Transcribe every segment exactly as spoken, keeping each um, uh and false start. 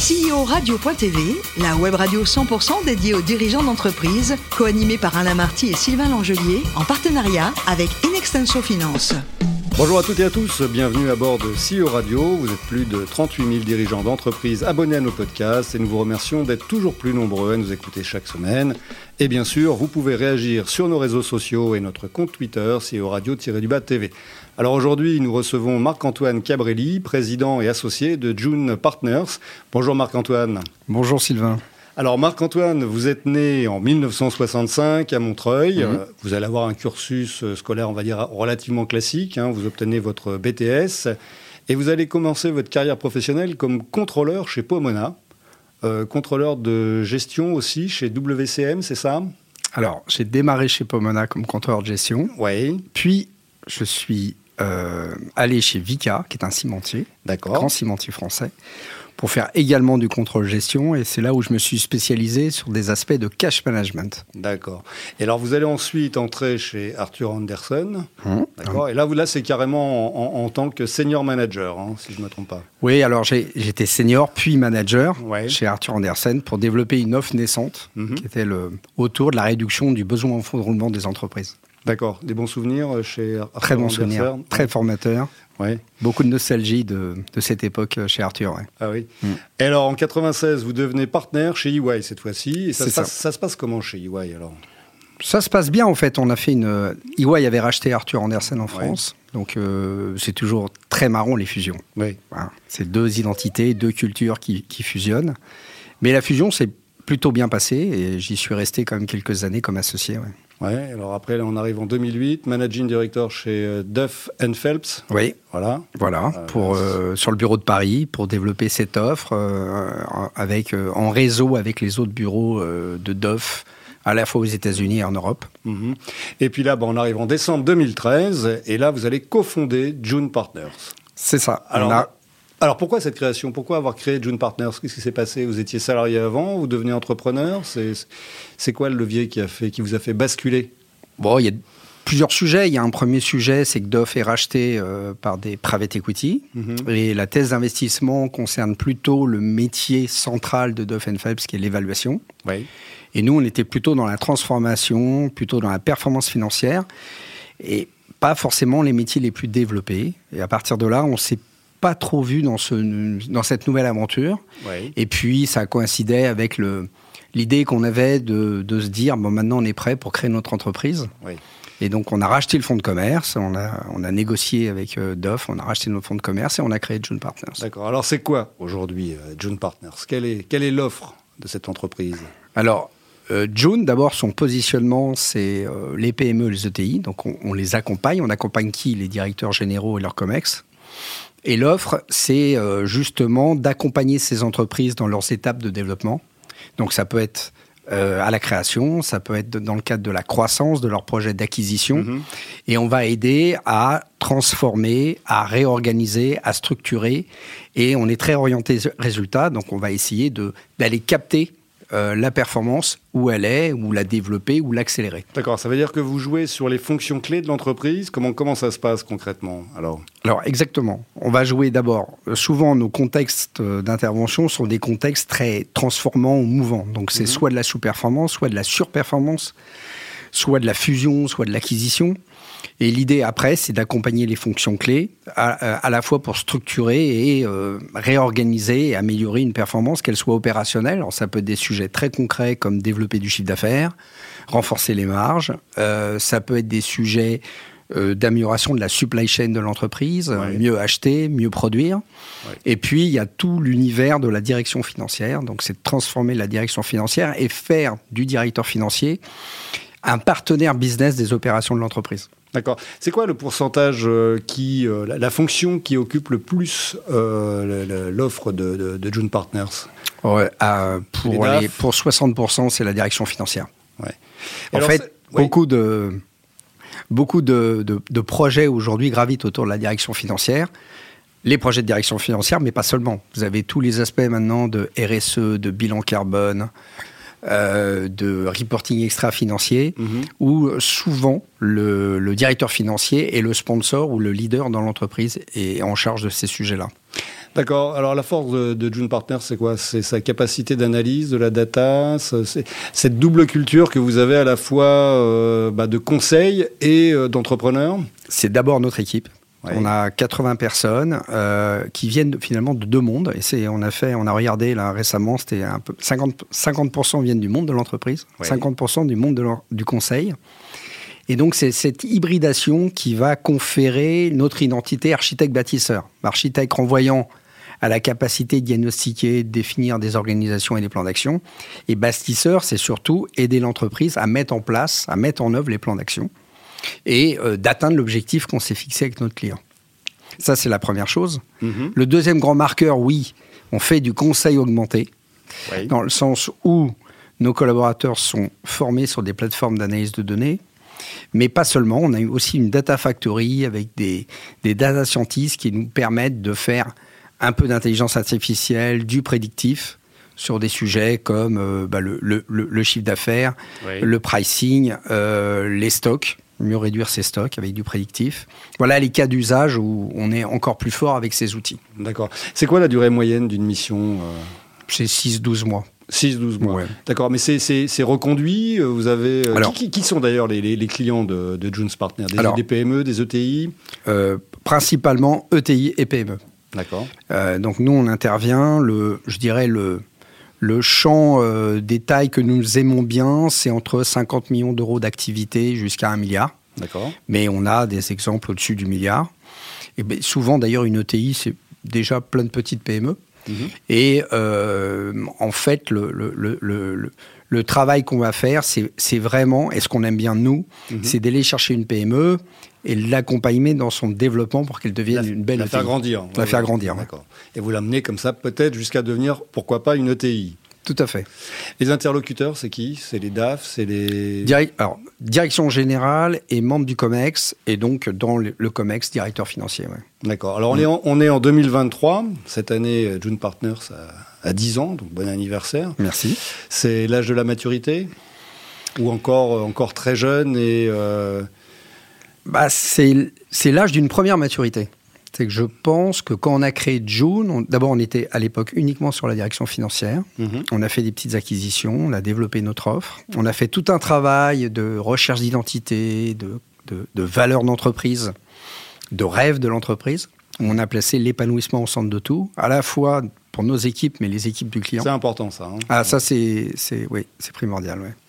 C E O Radio point T V, la web radio cent pour cent dédiée aux dirigeants d'entreprise, co-animée par Alain Marty et Sylvain Langelier, en partenariat avec Inextenso Finance. Bonjour à toutes et à tous, bienvenue à bord de C E O Radio. Vous êtes plus de trente-huit mille dirigeants d'entreprise abonnés à nos podcasts et nous vous remercions d'être toujours plus nombreux à nous écouter chaque semaine. Et bien sûr, vous pouvez réagir sur nos réseaux sociaux et notre compte Twitter, C E O Radio-du-bas T V. Alors aujourd'hui, nous recevons Marc-Antoine Cabrelli, président et associé de June Partners. Bonjour Marc-Antoine. Bonjour Sylvain. Alors Marc-Antoine, vous êtes né en dix-neuf cent soixante-cinq à Montreuil. Mmh. Vous allez avoir un cursus scolaire, on va dire, relativement classique. Hein. Vous obtenez votre B T S et vous allez commencer votre carrière professionnelle comme contrôleur chez Pomona. Euh, contrôleur de gestion aussi chez W C M, c'est ça ? Alors, j'ai démarré chez Pomona comme contrôleur de gestion. Oui. Puis, je suis euh, allé chez Vicat, qui est un cimentier, D'accord. grand cimentier français, pour faire également du contrôle gestion. Et c'est là où je me suis spécialisé sur des aspects de cash management. D'accord. Et alors, vous allez ensuite entrer chez Arthur Andersen. Mmh. D'accord. Et là, vous, là, c'est carrément en, en, en tant que senior manager, hein, si je ne me trompe pas. Oui, alors j'ai, j'étais senior puis manager ouais. chez Arthur Andersen pour développer une offre naissante mmh. qui était le, autour de la réduction du besoin en fonds de roulement des entreprises. D'accord. Des bons souvenirs chez Arthur Très bons Andersen. souvenirs, très formateurs. Ouais. Beaucoup de nostalgie de, de cette époque chez Arthur. Ouais. Ah oui. Mm. Et alors, en quatre-vingt-seize, vous devenez partenaire chez E Y cette fois-ci. Et ça, C'est se ça. Passe, ça se passe comment chez E Y alors ? Ça se passe bien en fait. On a fait une. E Y avait racheté Arthur Andersen en France. Ouais. Donc euh, c'est toujours très marrant les fusions. Oui. Voilà. C'est deux identités, deux cultures qui, qui fusionnent. Mais la fusion s'est plutôt bien passée et j'y suis resté quand même quelques années comme associé. Ouais. Ouais, alors après, là, on arrive en deux mille huit, managing director chez euh, Duff and Phelps. Oui. Voilà. Voilà, euh, pour, euh, sur le bureau de Paris, pour développer cette offre euh, avec, euh, en réseau avec les autres bureaux euh, de Duff, à la fois aux États-Unis et en Europe. Mm-hmm. Et puis là, bah, on arrive en décembre deux mille treize, et là, vous allez cofonder June Partners. C'est ça. Alors, on a... alors pourquoi cette création ? Pourquoi avoir créé June Partners ? Qu'est-ce qui s'est passé ? Vous étiez salarié avant, vous devenez entrepreneur ? C'est, c'est quoi le levier qui, a fait, qui vous a fait basculer ? Bon, il y a plusieurs sujets. Il y a un premier sujet, c'est que Duff est racheté euh, par des private equity. Mm-hmm. Et la thèse d'investissement concerne plutôt le métier central de Duff and Phelps, qui est l'évaluation. Oui. Et nous, on était plutôt dans la transformation, plutôt dans la performance financière, et pas forcément les métiers les plus développés. Et à partir de là, on s'est pas trop vu dans, ce, dans cette nouvelle aventure. Oui. Et puis, ça coïncidait avec le, l'idée qu'on avait de, de se dire, bon, maintenant, on est prêt pour créer notre entreprise. Oui. Et donc, on a racheté le fonds de commerce, on a, on a négocié avec euh, Duff, on a racheté notre fonds de commerce et on a créé June Partners. D'accord. Alors, c'est quoi, aujourd'hui, euh, June Partners ? Quelle est, quelle est l'offre de cette entreprise ? Alors, euh, June, d'abord, son positionnement, c'est euh, les P M E, les E T I. Donc, on, on les accompagne. On accompagne qui ? Les directeurs généraux et leurs comex. Et l'offre, c'est euh, justement d'accompagner ces entreprises dans leurs étapes de développement. Donc, ça peut être euh, à la création, ça peut être dans le cadre de la croissance, de leur projet d'acquisition. Mm-hmm. Et on va aider à transformer, à réorganiser, à structurer. Et on est très orienté résultat. Donc, on va essayer de, d'aller capter Euh, la performance, où elle est, ou la développer, ou l'accélérer. D'accord, ça veut dire que vous jouez sur les fonctions clés de l'entreprise. Comment, comment ça se passe concrètement alors ? Alors, exactement. On va jouer d'abord, souvent nos contextes d'intervention sont des contextes très transformants ou mouvants. Donc, c'est mmh. soit de la sous-performance, soit de la surperformance, soit de la fusion, soit de l'acquisition. Et l'idée après, c'est d'accompagner les fonctions clés, à, à la fois pour structurer et euh, réorganiser et améliorer une performance, qu'elle soit opérationnelle. Alors, ça peut être des sujets très concrets comme développer du chiffre d'affaires, renforcer les marges. Euh, ça peut être des sujets euh, d'amélioration de la supply chain de l'entreprise, ouais. mieux acheter, mieux produire. Ouais. Et puis, il y a tout l'univers de la direction financière. Donc, c'est de transformer la direction financière et faire du directeur financier un partenaire business des opérations de l'entreprise. D'accord. C'est quoi le pourcentage euh, qui, euh, la, la fonction qui occupe le plus euh, le, le, l'offre de, de, de June Partners ? Ouais, euh, pour, les les, pour soixante pour cent, c'est la direction financière. Ouais. En Alors, fait, oui. beaucoup, de, beaucoup de, de, de projets aujourd'hui gravitent autour de la direction financière. Les projets de direction financière, mais pas seulement. Vous avez tous les aspects maintenant de R S E, de bilan carbone, Euh, de reporting extra-financier, mmh. où souvent le, le directeur financier est le sponsor ou le leader dans l'entreprise et est en charge de ces sujets-là. D'accord. Alors la force de, de June Partners, c'est quoi? C'est sa capacité d'analyse de la data, c'est cette double culture que vous avez à la fois euh, bah, de conseil et euh, d'entrepreneur. C'est d'abord notre équipe. Oui. On a quatre-vingts personnes euh, qui viennent de, finalement de deux mondes. Et c'est, on a fait, on a regardé là récemment, c'était un peu cinquante, cinquante pour cent viennent du monde de l'entreprise, oui. cinquante pour cent du monde de du conseil. Et donc, c'est cette hybridation qui va conférer notre identité architecte-bâtisseur. Architecte renvoyant à la capacité de diagnostiquer, de définir des organisations et des plans d'action. Et bâtisseur, c'est surtout aider l'entreprise à mettre en place, à mettre en œuvre les plans d'action et euh, d'atteindre l'objectif qu'on s'est fixé avec notre client. Ça, c'est la première chose. Mm-hmm. Le deuxième grand marqueur, oui, on fait du conseil augmenté, oui. dans le sens où nos collaborateurs sont formés sur des plateformes d'analyse de données, mais pas seulement. On a aussi une data factory avec des, des data scientists qui nous permettent de faire un peu d'intelligence artificielle, du prédictif, sur des sujets comme euh, bah, le, le, le chiffre d'affaires, oui. le pricing, euh, les stocks, mieux réduire ses stocks avec du prédictif. Voilà les cas d'usage où on est encore plus fort avec ces outils. D'accord. C'est quoi la durée moyenne d'une mission euh... C'est six à douze mois. six à douze mois. Ouais. D'accord, mais c'est, c'est, c'est reconduit. Vous avez Alors, qui, qui sont d'ailleurs les, les, les clients de, de June Partners? Des, alors, des P M E, des E T I euh, Principalement E T I et P M E. D'accord. Euh, donc nous, on intervient, le, je dirais, le, le champ euh, des tailles que nous aimons bien, c'est entre cinquante millions d'euros d'activité jusqu'à un milliard. D'accord. Mais on a des exemples au-dessus du milliard. Et ben, souvent, d'ailleurs, une E T I, c'est déjà plein de petites P M E. Mmh. Et euh, en fait, le, le, le, le, le travail qu'on va faire, c'est, c'est vraiment, et ce qu'on aime bien nous, mmh. c'est d'aller chercher une P M E et l'accompagner dans son développement pour qu'elle devienne la, une belle la E T I. La faire grandir. La ouais, faire ouais, grandir. D'accord. Ouais. Et vous l'amenez comme ça, peut-être jusqu'à devenir, pourquoi pas, une E T I. Tout à fait. Les interlocuteurs, c'est qui? C'est les D A F, c'est les... Direct, alors, direction générale et membre du COMEX, et donc dans le, le COMEX, directeur financier. Ouais. D'accord. Alors, on, mmh. est en, on est en deux mille vingt-trois. Cette année, June Partners a, a dix ans, donc bon anniversaire. Merci. C'est l'âge de la maturité? Ou encore, encore très jeune et... Euh... Bah, c'est, c'est l'âge d'une première maturité. C'est que je pense que quand on a créé June, on, d'abord on était à l'époque uniquement sur la direction financière. Mmh. On a fait des petites acquisitions, on a développé notre offre. On a fait tout un travail de recherche d'identité, de, de, de valeur d'entreprise, de rêve de l'entreprise. On a placé l'épanouissement au centre de tout, à la fois pour nos équipes, mais les équipes du client. C'est important ça. Hein. Ah ça c'est, c'est, oui, c'est primordial, ouais.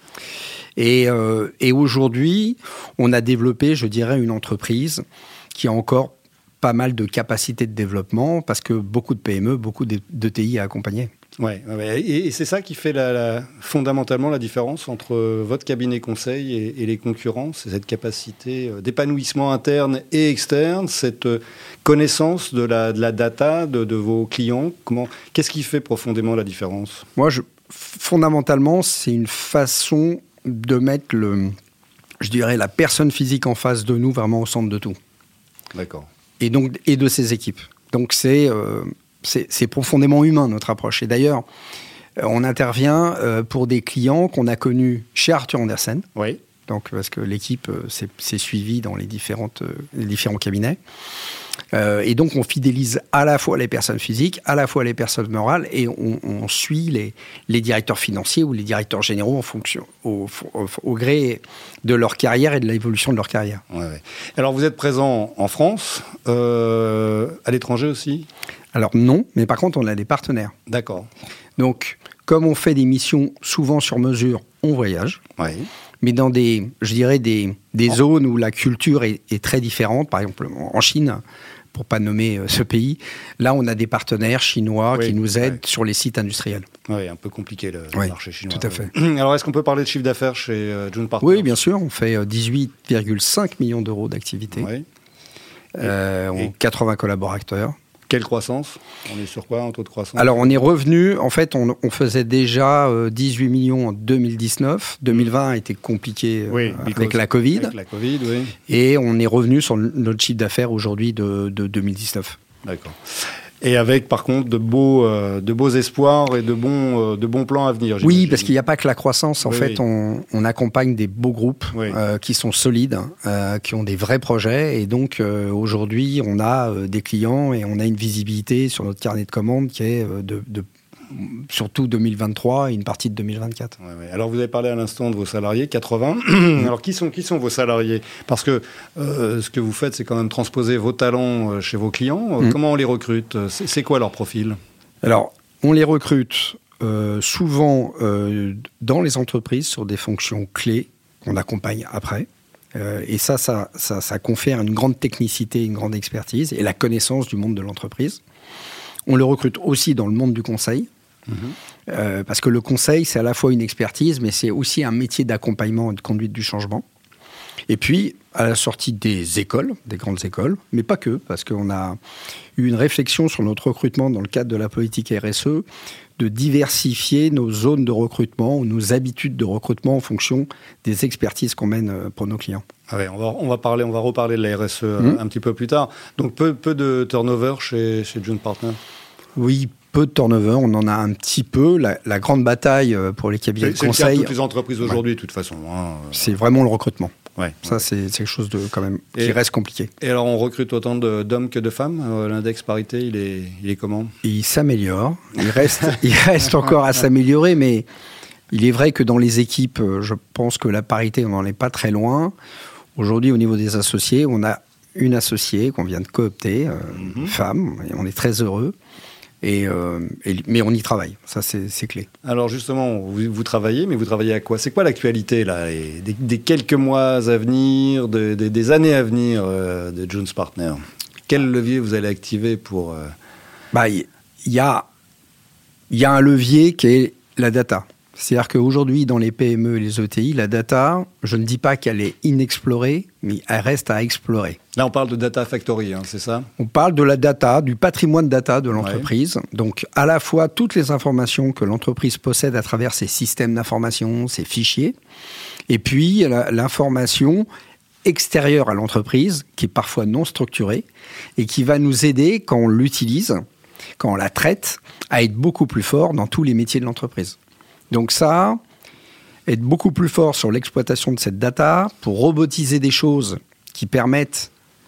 Et, euh, et aujourd'hui, on a développé, je dirais, une entreprise qui a encore pas mal de capacités de développement parce que beaucoup de P M E, beaucoup d'E T I à accompagner. Oui, ouais, et, et c'est ça qui fait la, la, fondamentalement la différence entre votre cabinet conseil et, et les concurrents, c'est cette capacité d'épanouissement interne et externe, cette connaissance de la, de la data de, de vos clients. Comment, qu'est-ce qui fait profondément la différence? Moi, je, fondamentalement, c'est une façon de mettre, le, je dirais, la personne physique en face de nous vraiment au centre de tout. D'accord. Et, donc, et de ses équipes. Donc c'est, euh, c'est, c'est profondément humain notre approche. Et d'ailleurs, euh, on intervient euh, pour des clients qu'on a connus chez Arthur Andersen. Oui. Donc, parce que l'équipe euh, s'est, s'est suivie dans les, différentes, euh, les différents cabinets. Euh, et donc on fidélise à la fois les personnes physiques, à la fois les personnes morales, et on, on suit les, les directeurs financiers ou les directeurs généraux en fonction, au, au, au gré de leur carrière et de l'évolution de leur carrière. Ouais, ouais. Alors vous êtes présent en France, euh, à l'étranger aussi? Alors non, mais par contre on a des partenaires. D'accord. Donc comme on fait des missions souvent sur mesure, on voyage. Oui. Mais dans des, je dirais, des, des oh. zones où la culture est, est très différente. Par exemple, en Chine, pour ne pas nommer euh, ce pays, là, on a des partenaires chinois oui, qui nous aident oui. sur les sites industriels. Oui, un peu compliqué le, oui, le marché chinois. Tout à fait. Alors, est-ce qu'on peut parler de chiffre d'affaires chez euh, June Partners? Oui, bien sûr. On fait dix-huit virgule cinq millions d'euros d'activité. Oui. Euh, on a quatre-vingts collaborateurs. Quelle croissance? On est sur quoi en taux de croissance? Alors, on est revenu, en fait, on, on faisait déjà euh, dix-huit millions en deux mille dix-neuf. deux mille vingt a été compliqué euh, oui, avec la Covid. Avec la Covid, oui. Et on est revenu sur notre chiffre d'affaires aujourd'hui de, de deux mille dix-neuf. D'accord. Et avec, par contre, de beaux, euh, de beaux espoirs et de bons, euh, de bons plans à venir. Oui, j'imagine. parce qu'il n'y a pas que la croissance. En oui, fait, oui. On, on accompagne des beaux groupes oui. euh, qui sont solides, euh, qui ont des vrais projets. Et donc, euh, aujourd'hui, on a euh, des clients et on a une visibilité sur notre carnet de commandes qui est euh, de, de surtout deux mille vingt-trois et une partie de deux mille vingt-quatre. Ouais, ouais. Alors, vous avez parlé à l'instant de vos salariés, quatre-vingts. Alors, qui sont, qui sont vos salariés ? Parce que euh, ce que vous faites, c'est quand même transposer vos talents chez vos clients. Mmh. Comment on les recrute ? c'est, c'est quoi leur profil ? Alors, on les recrute euh, souvent euh, dans les entreprises sur des fonctions clés qu'on accompagne après. Euh, et ça ça, ça, ça confère une grande technicité, une grande expertise et la connaissance du monde de l'entreprise. On le recrute aussi dans le monde du conseil. Mmh. Euh, parce que le conseil, c'est à la fois une expertise, mais c'est aussi un métier d'accompagnement et de conduite du changement. Et puis, à la sortie des écoles, des grandes écoles, mais pas que, parce qu'on a eu une réflexion sur notre recrutement dans le cadre de la politique R S E, de diversifier nos zones de recrutement ou nos habitudes de recrutement en fonction des expertises qu'on mène pour nos clients. Ah ouais, on va, on va parler, on va reparler de la R S E mmh. un petit peu plus tard. Donc, peu, peu de turnover chez, chez June Partners ? Oui, peu de turnover, on en a un petit peu. La, la grande bataille pour les cabinets c'est, de conseil... C'est le cas de toutes les entreprises aujourd'hui, ouais. de toute façon. Hein. C'est vraiment le recrutement. Ouais, ça, ouais. C'est, c'est quelque chose de, quand même, et, qui reste compliqué. Et alors, on recrute autant de, d'hommes que de femmes. Euh, l'index parité, il est, il est comment ? Il s'améliore. Il reste, il reste encore à s'améliorer, mais il est vrai que dans les équipes, je pense que la parité, on n'en est pas très loin. Aujourd'hui, au niveau des associés, on a une associée qu'on vient de coopter, euh, mm-hmm. une femme, et on est très heureux. Et, euh, et, mais on y travaille, ça c'est, c'est clé. Alors justement, vous, vous travaillez, mais vous travaillez à quoi ? C'est quoi l'actualité là, les, des, des quelques mois à venir, de, de, des années à venir euh, de Jones Partners ? Quel levier vous allez activer pour... Euh... Bah, il y, y, a, y a un levier qui est la data. C'est-à-dire qu'aujourd'hui, dans les P M E et les E T I, la data, je ne dis pas qu'elle est inexplorée, mais elle reste à explorer. Là, on parle de data factory, hein, c'est ça ? On parle de la data, du patrimoine data de l'entreprise. Ouais. Donc, à la fois, toutes les informations que l'entreprise possède à travers ses systèmes d'information, ses fichiers, et puis la, l'information extérieure à l'entreprise, qui est parfois non structurée, et qui va nous aider, quand on l'utilise, quand on la traite, à être beaucoup plus fort dans tous les métiers de l'entreprise. Donc ça, être beaucoup plus fort sur l'exploitation de cette data pour robotiser des choses qui permettent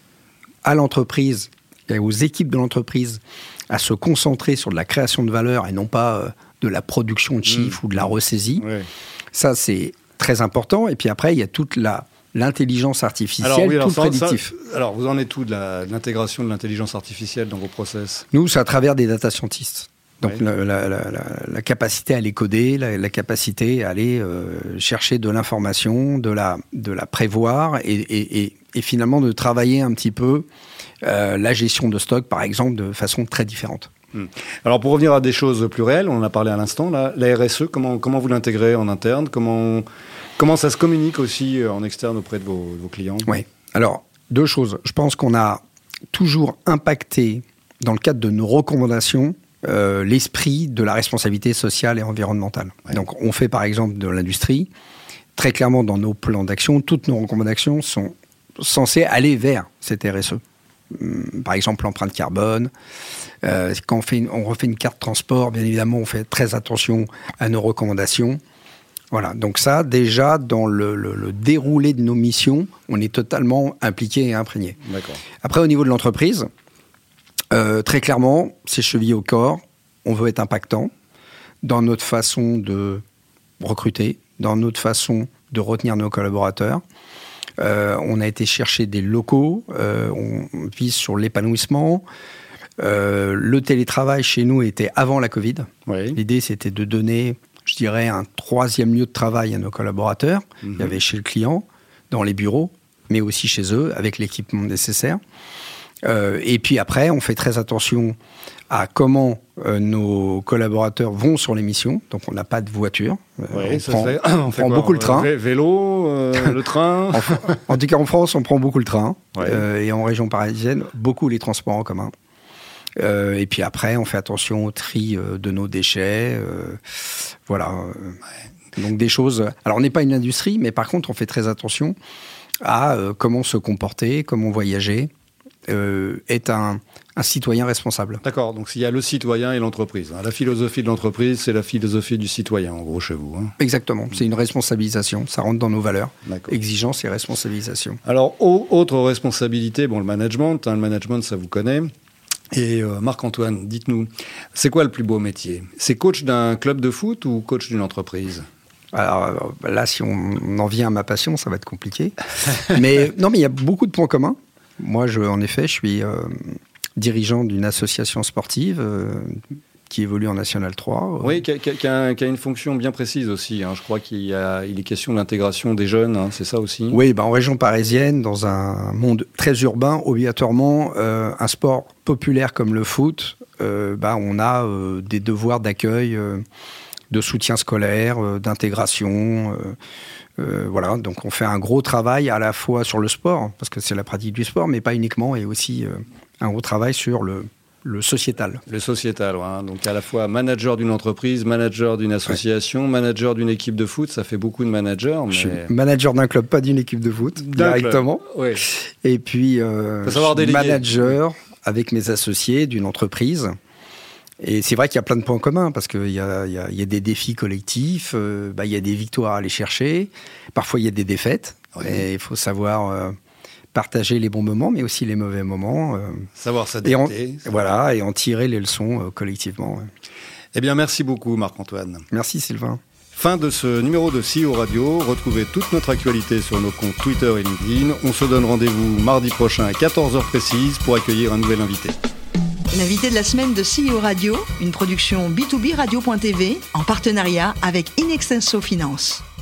à l'entreprise et aux équipes de l'entreprise à se concentrer sur de la création de valeur et non pas euh, de la production de chiffres mmh. ou de la ressaisie. Ouais. Ça, c'est très important. Et puis après, il y a toute la, l'intelligence artificielle, alors, oui, alors, tout le prédictif. Ça, alors, vous en êtes où de, la, de l'intégration de l'intelligence artificielle dans vos process ? Nous, c'est à travers des data scientists. Donc ouais. la, la, la, la capacité à les coder, la, la capacité à aller euh, chercher de l'information, de la, de la prévoir et, et, et, et finalement de travailler un petit peu euh, la gestion de stock, par exemple, de façon très différente. Hum. Alors pour revenir à des choses plus réelles, on en a parlé à l'instant, là, la R S E, comment, comment vous l'intégrez en interne ? Comment, comment ça se communique aussi en externe auprès de vos, de vos clients ? Oui, alors deux choses. Je pense qu'on a toujours impacté, dans le cadre de nos recommandations, Euh, l'esprit de la responsabilité sociale et environnementale. Ouais. Donc, on fait par exemple de l'industrie. Très clairement, dans nos plans d'action, toutes nos recommandations sont censées aller vers cette R S E. Hum, par exemple, l'empreinte carbone. Euh, quand on, fait une, on refait une carte transport, bien évidemment, on fait très attention à nos recommandations. Voilà. Donc ça, déjà, dans le, le, le déroulé de nos missions, on est totalement impliqué et imprégné. D'accord. Après, au niveau de l'entreprise, Euh, très clairement, c'est chevillé au corps. On veut être impactant dans notre façon de recruter, dans notre façon de retenir nos collaborateurs. Euh, on a été chercher des locaux, euh, on vise sur l'épanouissement. Euh, le télétravail chez nous était avant la Covid. Oui. L'idée, c'était de donner, je dirais, un troisième lieu de travail à nos collaborateurs. Mmh. Il y avait chez le client, dans les bureaux, mais aussi chez eux, avec l'équipement nécessaire. Euh, et puis après, on fait très attention à comment euh, nos collaborateurs vont sur les missions. Donc, on n'a pas de voiture. Euh, oui, on ça prend, fait, on prend beaucoup le train. Vé- vélo, euh, le train. en, en tout cas, en France, on prend beaucoup le train. Ouais. Euh, et en région parisienne, beaucoup les transports en commun. Euh, et puis après, on fait attention au tri euh, de nos déchets. Euh, voilà. Ouais. Donc, des choses... Alors, on n'est pas une industrie, mais par contre, on fait très attention à euh, comment se comporter, comment voyager. euh, est un, un citoyen responsable. D'accord, donc il y a le citoyen et l'entreprise. La philosophie de l'entreprise, c'est la philosophie du citoyen, en gros, chez vous. Hein. Exactement, c'est une responsabilisation, ça rentre dans nos valeurs. D'accord. Exigence et responsabilisation. Alors, autre responsabilité, bon, le management, hein, le management, ça vous connaît. Et euh, Marc-Antoine, dites-nous, c'est quoi le plus beau métier ? C'est coach d'un club de foot ou coach d'une entreprise ? Alors là, si on en vient à ma passion, ça va être compliqué. mais non, mais il y a beaucoup de points communs. Moi, je, en effet, je suis euh, dirigeant d'une association sportive euh, qui évolue en National trois. Oui, qui a, qui a, qui a une fonction bien précise aussi. Hein. Je crois qu'il y a, il est question de l'intégration des jeunes, hein, c'est ça aussi ? Oui, ben, en région parisienne, dans un monde très urbain, obligatoirement, euh, un sport populaire comme le foot, euh, ben, on a euh, des devoirs d'accueil, euh, de soutien scolaire, euh, d'intégration. Euh, euh, voilà, donc on fait un gros travail à la fois sur le sport, parce que c'est la pratique du sport, mais pas uniquement, et aussi euh, un gros travail sur le... Le sociétal. Le sociétal, ouais, hein. Donc à la fois manager d'une entreprise, manager d'une association, ouais. manager d'une équipe de foot, ça fait beaucoup de managers. Mais... Je suis manager d'un club, pas d'une équipe de foot, d'un directement. Oui. Et puis, euh, je suis manager avec mes associés d'une entreprise. Et c'est vrai qu'il y a plein de points communs, parce qu'il y a, il y a, il y a des défis collectifs, euh, bah, il y a des victoires à aller chercher, parfois il y a des défaites, oui. Et il faut savoir... Euh, partager les bons moments, mais aussi les mauvais moments. Euh, Savoir s'adapter. Et en, voilà, et en tirer les leçons euh, collectivement. Ouais. Eh bien, merci beaucoup, Marc-Antoine. Merci, Sylvain. Fin de ce numéro de C E O Radio. Retrouvez toute notre actualité sur nos comptes Twitter et LinkedIn. On se donne rendez-vous mardi prochain à quatorze heures précises pour accueillir un nouvel invité. L'invité de la semaine de C E O Radio, une production B deux B radio point T V en partenariat avec Inextenso Finance.